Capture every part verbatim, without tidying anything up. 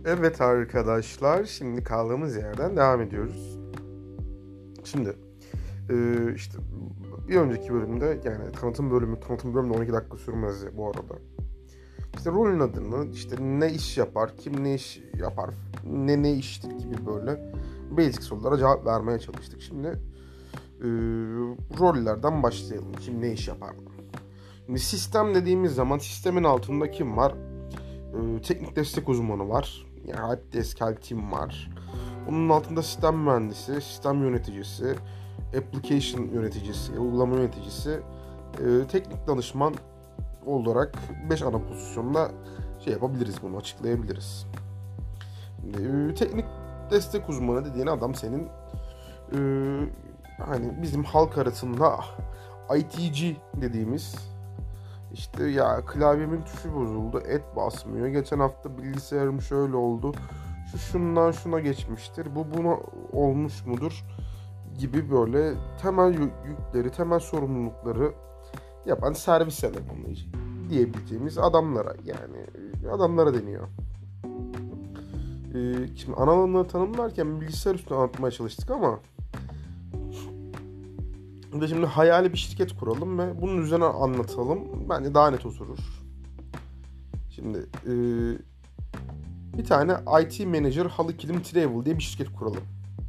Evet arkadaşlar, şimdi kaldığımız yerden devam ediyoruz. Şimdi e, işte bir önceki bölümde, yani tanıtım bölümü, tanıtım bölümü de on iki dakika sürmez bu arada. İşte rolün adını, işte ne iş yapar, kim ne iş yapar, ne ne iştir gibi böyle basic sorulara cevap vermeye çalıştık. Şimdi e, rollerden başlayalım. Kim ne iş yapar? Şimdi sistem dediğimiz zaman sistemin altında kim var? E, teknik destek uzmanı var. Yani helpdesk, help team var. Onun altında sistem mühendisi, sistem yöneticisi, application yöneticisi, uygulama yöneticisi, e, teknik danışman olarak beş ana pozisyonda şey yapabiliriz, bunu açıklayabiliriz. E, teknik destek uzmanı dediğin adam senin e, hani bizim halk arasında I T G dediğimiz, işte ya klavyemin tuşu bozuldu, et basmıyor, geçen hafta bilgisayarım şöyle oldu, şu şundan şuna geçmiştir, bu buna olmuş mudur gibi böyle temel yükleri, temel sorumlulukları yapan servis elemanı diyebileceğimiz adamlara, yani adamlara deniyor. Ee, şimdi ana alanları tanımlarken bilgisayar üstüne anlatmaya çalıştık ama de şimdi hayali bir şirket kuralım ve bunun üzerine anlatalım. Bence daha net oturur. Şimdi e, bir tane I T Manager Halı Kilim Travel diye bir şirket kuralım.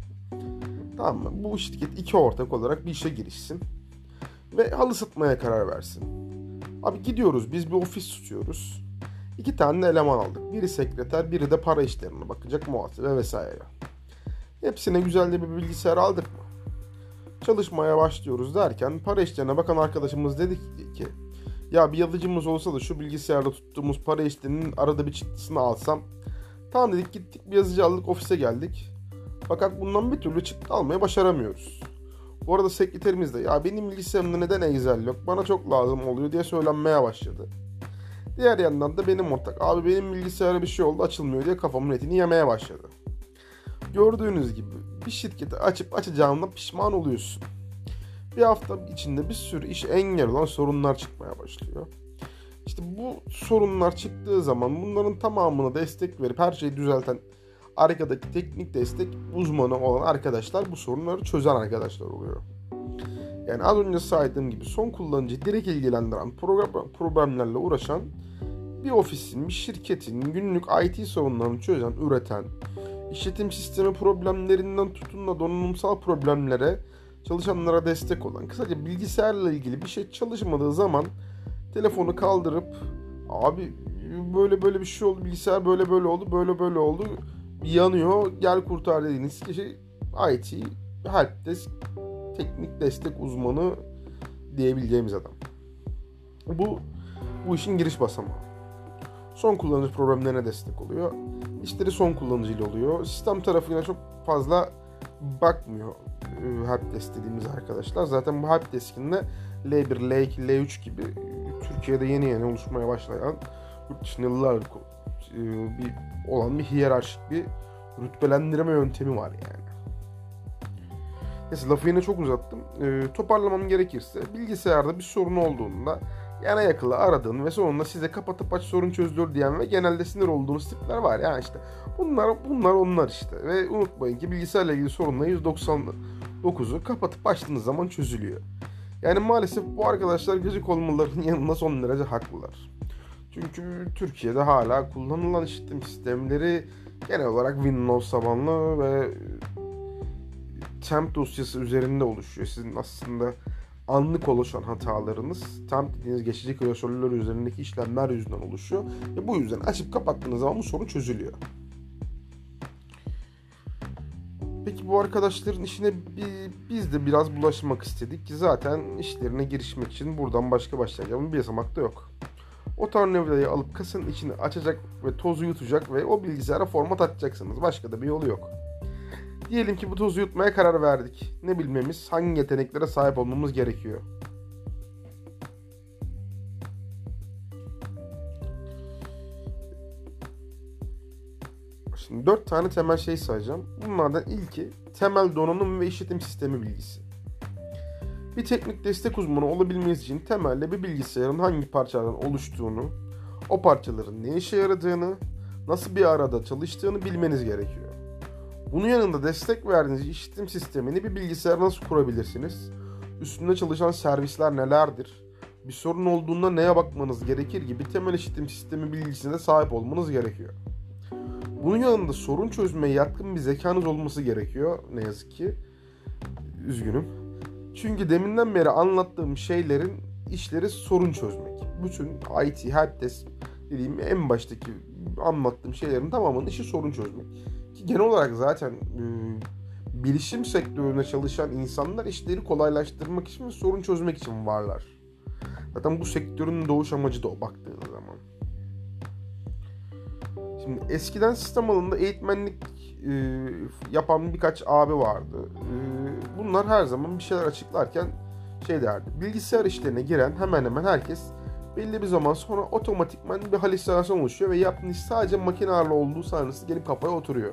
Tamam mı? Bu şirket iki ortak olarak bir işe girişsin ve halı satmaya karar versin. Abi gidiyoruz, biz bir ofis tutuyoruz. İki tane de eleman aldık. Biri sekreter, biri de para işlerine bakacak, muhasebe vesaire. Hepsine güzel de bir bilgisayar aldık mı? Çalışmaya başlıyoruz derken para işlerine bakan arkadaşımız dedi ki ya bir yazıcımız olsa da şu bilgisayarda tuttuğumuz para işlerinin arada bir çıktısını alsam. Tamam dedik, gittik bir yazıcı aldık, ofise geldik. Fakat bundan bir türlü çıktı almayı başaramıyoruz. Bu arada sekreterimiz de ya benim bilgisayarımda neden Excel yok, bana çok lazım oluyor diye söylenmeye başladı. Diğer yandan da benim ortak abi benim bilgisayara bir şey oldu açılmıyor diye kafamın etini yemeye başladı. Gördüğünüz gibi bir şirketi açıp açacağına pişman oluyorsun. Bir hafta içinde bir sürü iş engel olan sorunlar çıkmaya başlıyor. İşte bu sorunlar çıktığı zaman bunların tamamına destek verip her şeyi düzelten arkadaki teknik destek uzmanı olan arkadaşlar bu sorunları çözen arkadaşlar oluyor. Yani az önce saydığım gibi son kullanıcıyı direkt ilgilendiren program, problemlerle uğraşan bir ofisin, bir şirketin günlük I T sorunlarını çözen, üreten, işletim sistemi problemlerinden tutun da donanımsal problemlere çalışanlara destek olan, kısaca bilgisayarla ilgili bir şey çalışmadığı zaman telefonu kaldırıp abi böyle böyle bir şey oldu, bilgisayar böyle böyle oldu, böyle böyle oldu, yanıyor, gel kurtar dediğiniz kişi I T helpdesk teknik destek uzmanı diyebileceğimiz adam. Bu bu işin giriş basamağı. Son kullanıcı problemlerine destek oluyor. İşleri son kullanıcıyla oluyor. Sistem tarafına çok fazla bakmıyor helpdesk dediğimiz arkadaşlar. Zaten bu helpdesk'in de L bir, L iki, L üç gibi Türkiye'de yeni yeni oluşmaya başlayan, yurt dışında yıllardır bir olan bir hiyerarşik bir rütbelendirme yöntemi var yani. Neyse lafı yine çok uzattım. E, toparlamam gerekirse bilgisayarda bir sorun olduğunda yana yakıla aradığın ve sonunda size kapatıp aç sorun çözülür diyen ve genelde sinir olduğunuz tipler var. Yani işte bunlar bunlar onlar işte. Ve unutmayın ki bilgisayarla ilgili sorunların yüzde doksan dokuzu kapatıp açtığınız zaman çözülüyor. Yani maalesef bu arkadaşlar gıcık olmalarının yanında son derece haklılar. Çünkü Türkiye'de hala kullanılan işletim sistemleri genel olarak Windows tabanlı ve temp dosyası üzerinde oluşuyor. Sizin aslında anlık oluşan hatalarınız temp dediğiniz geçici klasörler üzerindeki işlemler yüzünden oluşuyor. Ve bu yüzden açıp kapattığınız zaman bu sorun çözülüyor. Peki bu arkadaşların işine biz de biraz bulaşmak istedik ki zaten işlerine girişmek için buradan başka başlayacağımız bir basamak da yok. O tornavidayı alıp kasanın içini açacak ve tozu yutacak ve o bilgisayara format atacaksınız. Başka da bir yolu yok. Diyelim ki bu tozu yutmaya karar verdik. Ne bilmemiz, hangi yeteneklere sahip olmamız gerekiyor? Şimdi dört tane temel şey sayacağım. Bunlardan ilki temel donanım ve işletim sistemi bilgisi. Bir teknik destek uzmanı olabilmeniz için temelde bir bilgisayarın hangi parçalardan oluştuğunu, o parçaların ne işe yaradığını, nasıl bir arada çalıştığını bilmeniz gerekiyor. Bunun yanında destek verdiğiniz işletim sistemini bir bilgisayara nasıl kurabilirsiniz? Üstünde çalışan servisler nelerdir? Bir sorun olduğunda neye bakmanız gerekir gibi temel işletim sistemi bilgisine sahip olmanız gerekiyor. Bunun yanında sorun çözmeye yatkın bir zekanız olması gerekiyor ne yazık ki. Üzgünüm. Çünkü deminden beri anlattığım şeylerin işleri sorun çözmek. Bütün I T, helpdesk dediğim en baştaki anlattığım şeylerin tamamının işi sorun çözmek. Ki genel olarak zaten e, bilişim sektöründe çalışan insanlar işleri kolaylaştırmak için ve sorun çözmek için varlar. Zaten bu sektörün doğuş amacı da o baktığınız zaman. Şimdi eskiden sistem alanında eğitmenlik e, yapan birkaç abi vardı. E, bunlar her zaman bir şeyler açıklarken şey derdi. Bilgisayar işlerine giren hemen hemen herkes belli bir zaman sonra otomatikman bir halüsinasyon oluşuyor ve yaptığı iş sadece makinelerle olduğu sahnesi gelip kafaya oturuyor.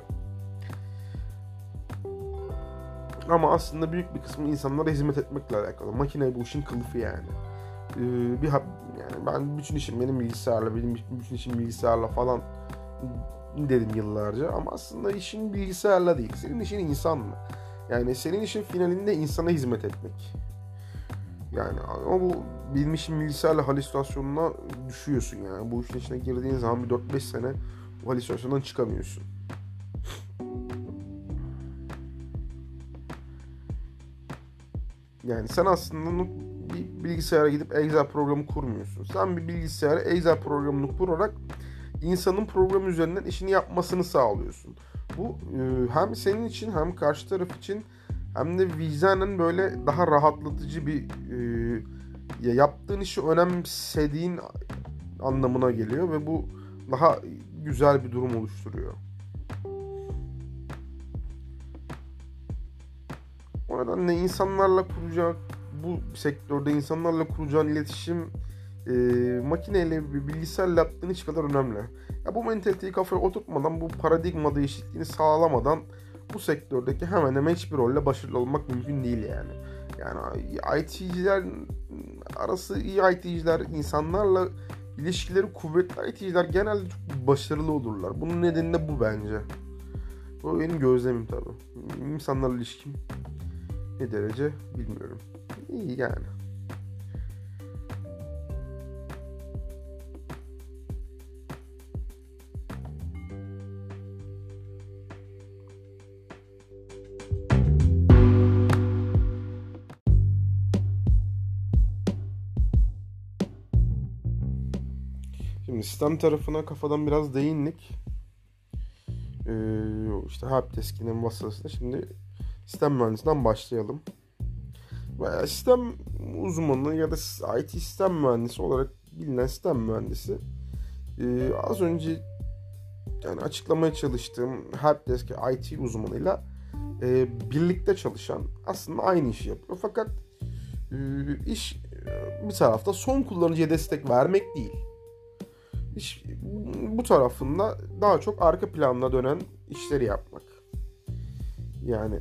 Ama aslında büyük bir kısmı insanlara hizmet etmekle alakalı. Makine bu işin kılıfı yani. Ee, bir yani ben bütün işim benim bilgisayarla, benim bütün işim bilgisayarla falan dedim yıllarca. Ama aslında işin bilgisayarla değil. Senin işin insanla. Yani senin işin finalinde insana hizmet etmek. Yani ama bu benim işim bilgisayarla halüsinasyonuna düşüyorsun yani. Bu işin içine girdiğin zaman bir dört beş sene bu halüsinasyondan çıkamıyorsun. Yani sen aslında bir bilgisayara gidip Excel programı kurmuyorsun. Sen bir bilgisayara Excel programını kurarak insanın program üzerinden işini yapmasını sağlıyorsun. Bu hem senin için hem karşı taraf için hem de vicdanen böyle daha rahatlatıcı bir ya yaptığın işi önemsediğin anlamına geliyor ve bu daha güzel bir durum oluşturuyor. O nedenle insanlarla kuracak, bu sektörde insanlarla kuracağın iletişim e, makineyle, bilgisayarla yaptığın iş kadar önemli. Ya bu mentaliteyi kafaya oturtmadan, bu paradigma değişikliğini sağlamadan bu sektördeki hemen hemen hiçbir rolle başarılı olmak mümkün değil yani. Yani I T'ciler arası iyi I T'ciler, insanlarla ilişkileri kuvvetli I T'ciler genelde çok başarılı olurlar. Bunun nedeni de bu bence. Bu benim gözlemim tabii. İnsanlarla ilişkim ne derece bilmiyorum. İyi yani. Şimdi sistem tarafına kafadan biraz değindik. Ee, işte helpdesk'in vasıtasıyla şimdi sistem mühendisinden başlayalım. Veya sistem uzmanı ya da I T sistem mühendisi olarak bilinen sistem mühendisi ee, az önce yani açıklamaya çalıştığım helpdesk I T uzmanıyla e, birlikte çalışan aslında aynı işi yapıyor. Fakat e, iş bir tarafta son kullanıcıya destek vermek değil. İş, bu tarafında daha çok arka planda dönen işleri yapmak. Yani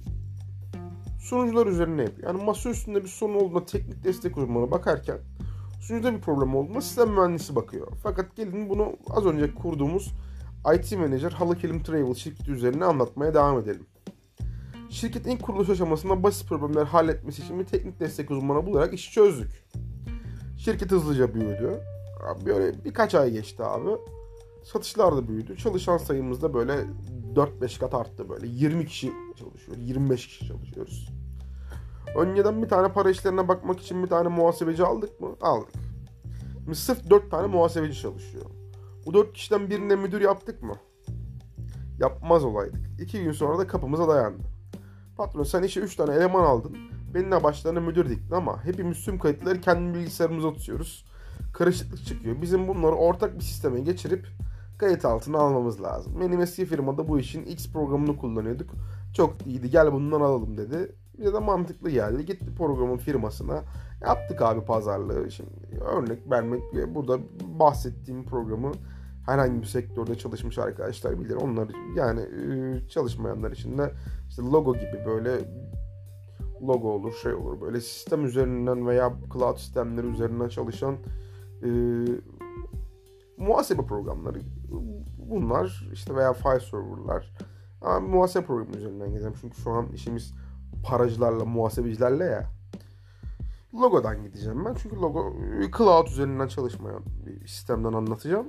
sunucular üzerine yapıyor. Yani masa üstünde bir sorun olduğunda teknik destek uzmanı bakarken sunucuda bir problem olduğunda sistem mühendisi bakıyor. Fakat gelin bunu az önce kurduğumuz I T Manager Halı Kilim Travel şirketi üzerine anlatmaya devam edelim. Şirketin ilk kuruluş aşamasında basit problemleri halletmesi için bir teknik destek uzmanı bularak işi çözdük. Şirket hızlıca büyüdü. Böyle birkaç ay geçti abi. Satışlar da büyüdü. Çalışan sayımız da böyle dört beş kat arttı böyle. yirmi kişi çalışıyor. yirmi beş kişi çalışıyoruz. Önceden bir tane para işlerine bakmak için bir tane muhasebeci aldık mı? Aldık. Şimdi sırf dört tane muhasebeci çalışıyor. Bu dört kişiden birine müdür yaptık mı? Yapmaz olaydık. iki gün sonra da kapımıza dayandı. Patron sen işe üç tane eleman aldın. Benimle başlarına müdür diktin ama hepimiz tüm kayıtları kendi bilgisayarımıza tutuyoruz. Karışıklık çıkıyor. Bizim bunları ortak bir sisteme geçirip kayıt altına almamız lazım. Benim eski firmada bu işin X programını kullanıyorduk. Çok iyiydi gel bundan alalım dedi. Bize de mantıklı geldi. Gitti programın firmasına. Yaptık abi pazarlığı. Şimdi örnek vermek burada bahsettiğim programı herhangi bir sektörde çalışmış arkadaşlar bilir. Onlar yani çalışmayanlar için de işte logo gibi böyle logo olur, şey olur. Böyle sistem üzerinden veya cloud sistemleri üzerinden çalışan e, muhasebe programları bunlar işte veya file server'lar. Ama muhasebe programı üzerinden gideceğim. Çünkü şu an işimiz paracılarla, muhasebecilerle ya. Logo'dan gideceğim ben. Çünkü logo cloud üzerinden çalışmayan bir sistemden anlatacağım.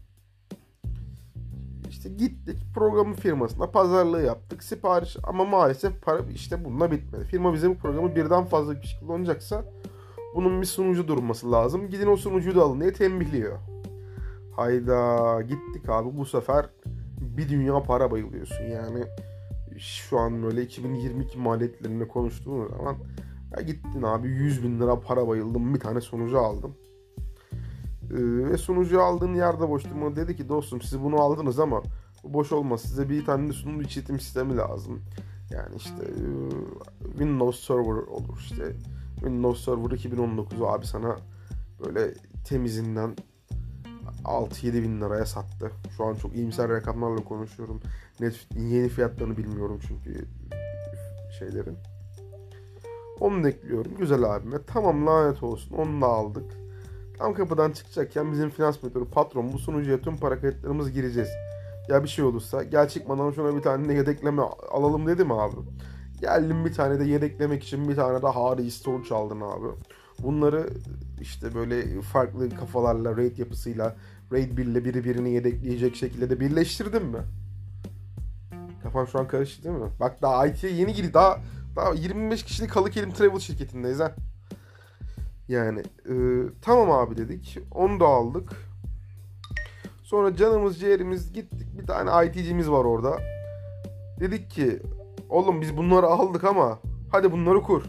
İşte gittik programın firmasına pazarlığı yaptık. Sipariş ama maalesef para işte bununla bitmedi. Firma bize bu programı birden fazla bir şekilde kullanacaksa bunun bir sunucu durması lazım. Gidin o sunucuyu da alın diye tembihliyor. Hayda gittik abi bu sefer bir dünya para bayılıyorsun. Yani şu an böyle iki bin yirmi iki maliyetlerinde konuştuğun zaman ya gittin abi yüz bin lira para bayıldım, bir tane sunucu aldım. Ee, ve sunucu aldığın yerde boş durmadı, dedi ki dostum siz bunu aldınız ama bu boş olmaz, size bir tane de sunucu işletim sistemi lazım. Yani işte e, Windows Server olur işte. Windows Server iki bin on dokuzu abi sana böyle temizinden altı yedi bin liraya sattı. Şu an çok iyimser rakamlarla konuşuyorum. Net yeni fiyatlarını bilmiyorum çünkü şeylerin. Onu da ekliyorum. Güzel abime. Tamam lanet olsun. Onu da aldık. Tam kapıdan çıkacakken bizim finans müdürü patron bu sunucuya tüm para kayıtlarımızı gireceğiz. Ya bir şey olursa gel çıkmadan şuna bir tane de yedekleme alalım dedi mi abi? Geldim bir tane de yedeklemek için bir tane de harici storage aldın abi. Bunları işte böyle farklı kafalarla, RAID yapısıyla, RAID bir ile biri birini yedekleyecek şekilde de birleştirdin mi? Kafam şu an karıştı değil mi? Bak daha I T'ye yeni girdi. Daha daha yirmi beş kişilik Halı Kelim Travel şirketindeyiz ha. Yani e, tamam abi dedik. Onu da aldık. Sonra canımız ciğerimiz gittik. Bir tane I T'cimiz var orada. Dedik ki oğlum biz bunları aldık ama hadi bunları kur.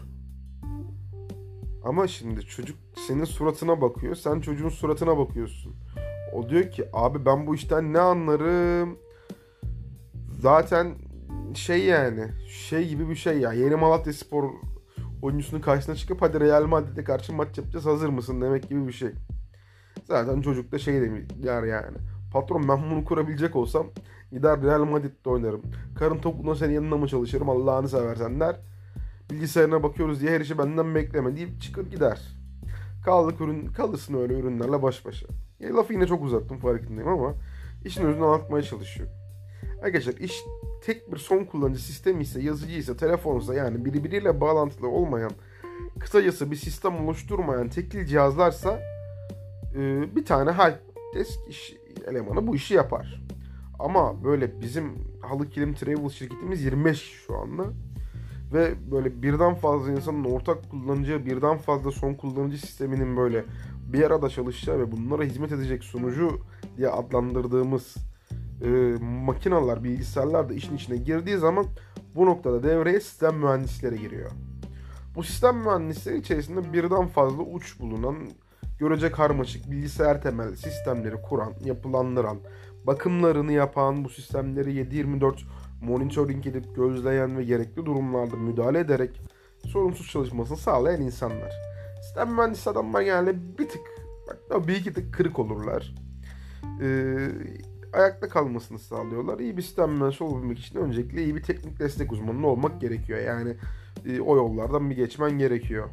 Ama şimdi çocuk senin suratına bakıyor. Sen çocuğun suratına bakıyorsun. O diyor ki abi ben bu işten ne anlarım? Zaten şey yani şey gibi bir şey ya. Yeni Malatyaspor oyuncusunun karşısına çıkıp hadi Real Madrid'e karşı maç yapacağız hazır mısın demek gibi bir şey. Zaten çocuk da şey der yani. Patron ben bunu kurabilecek olsam gider Real Madrid'de oynarım. Karın tokluğuna senin yanında mı çalışırım Allah'ını seversen der. Bilgisayarına bakıyoruz diye her işi benden bekleme deyip çıkıp gider. Kaldık ürün, kalırsın öyle ürünlerle baş başa. Ya, lafı yine çok uzattım farkındayım ama işin özünü anlatmaya çalışıyorum. Arkadaşlar iş tek bir son kullanıcı sistemi ise, yazıcı ise, telefonsa yani birbiriyle bağlantılı olmayan, kısacası bir sistem oluşturmayan tekil cihazlarsa e, bir tane helpdesk iş elemanı bu işi yapar. Ama böyle bizim Halı Kilim Travel şirketimiz yirmi beş kişi şu anda. Ve böyle birden fazla insanın ortak kullanacağı, birden fazla son kullanıcı sisteminin böyle bir arada çalışacağı ve bunlara hizmet edecek sunucu diye adlandırdığımız e, makineler, bilgisayarlar da işin içine girdiği zaman bu noktada devreye sistem mühendisleri giriyor. Bu sistem mühendisleri içerisinde birden fazla uç bulunan, görece karmaşık bilgisayar temelli sistemleri kuran, yapılandıran, bakımlarını yapan, bu sistemleri yedi yirmi dört monitoring edip gözleyen ve gerekli durumlarda müdahale ederek sorunsuz çalışmasını sağlayan insanlar. Sistem mühendisi adamlar genelde bir tık, hatta bir iki tık kırık olurlar. Ee, ayakta kalmasını sağlıyorlar. İyi bir sistem mühendisi olabilmek için öncelikle iyi bir teknik destek uzmanı olmak gerekiyor. Yani e, o yollardan bir geçmen gerekiyor.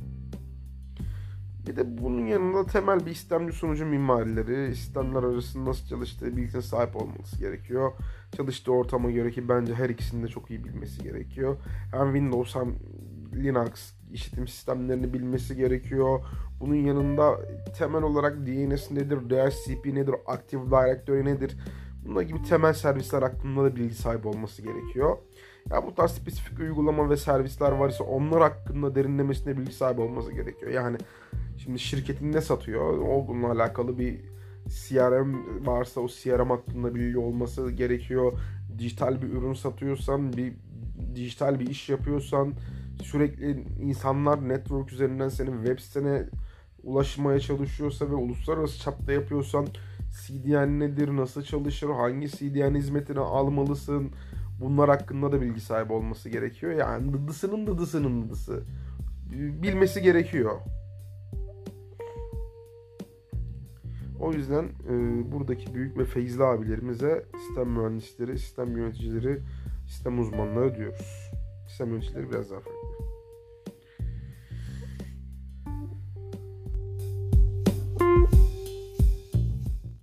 Bir de bunun yanında temel bir işlemci sunucu mimarileri, sistemler arasında nasıl çalıştığı bilgisine sahip olması gerekiyor. Çalıştığı ortama göre ki bence her ikisini de çok iyi bilmesi gerekiyor. Hem Windows hem Linux işletim sistemlerini bilmesi gerekiyor. Bunun yanında temel olarak D N S nedir, D H C P nedir, Active Directory nedir? Bunlar gibi temel servisler hakkında da bilgi sahibi olması gerekiyor. Ya bu tarz spesifik uygulama ve servisler varsa onlar hakkında derinlemesine bilgi sahibi olması gerekiyor. Yani şimdi şirketin ne satıyor? O bununla alakalı bir C R M varsa o C R M hakkında bilgi olması gerekiyor. Dijital bir ürün satıyorsan, bir dijital bir iş yapıyorsan, sürekli insanlar network üzerinden senin web sitene ulaşmaya çalışıyorsa ve uluslararası çapta yapıyorsan C D N nedir, nasıl çalışır, hangi C D N hizmetini almalısın? Bunlar hakkında da bilgi sahibi olması gerekiyor. Yani dıdısının dıdısının dıdısı. Bilmesi gerekiyor. O yüzden e, buradaki büyük ve feyizli abilerimize sistem mühendisleri, sistem yöneticileri, sistem uzmanları diyoruz. Sistem yöneticileri biraz daha farklı.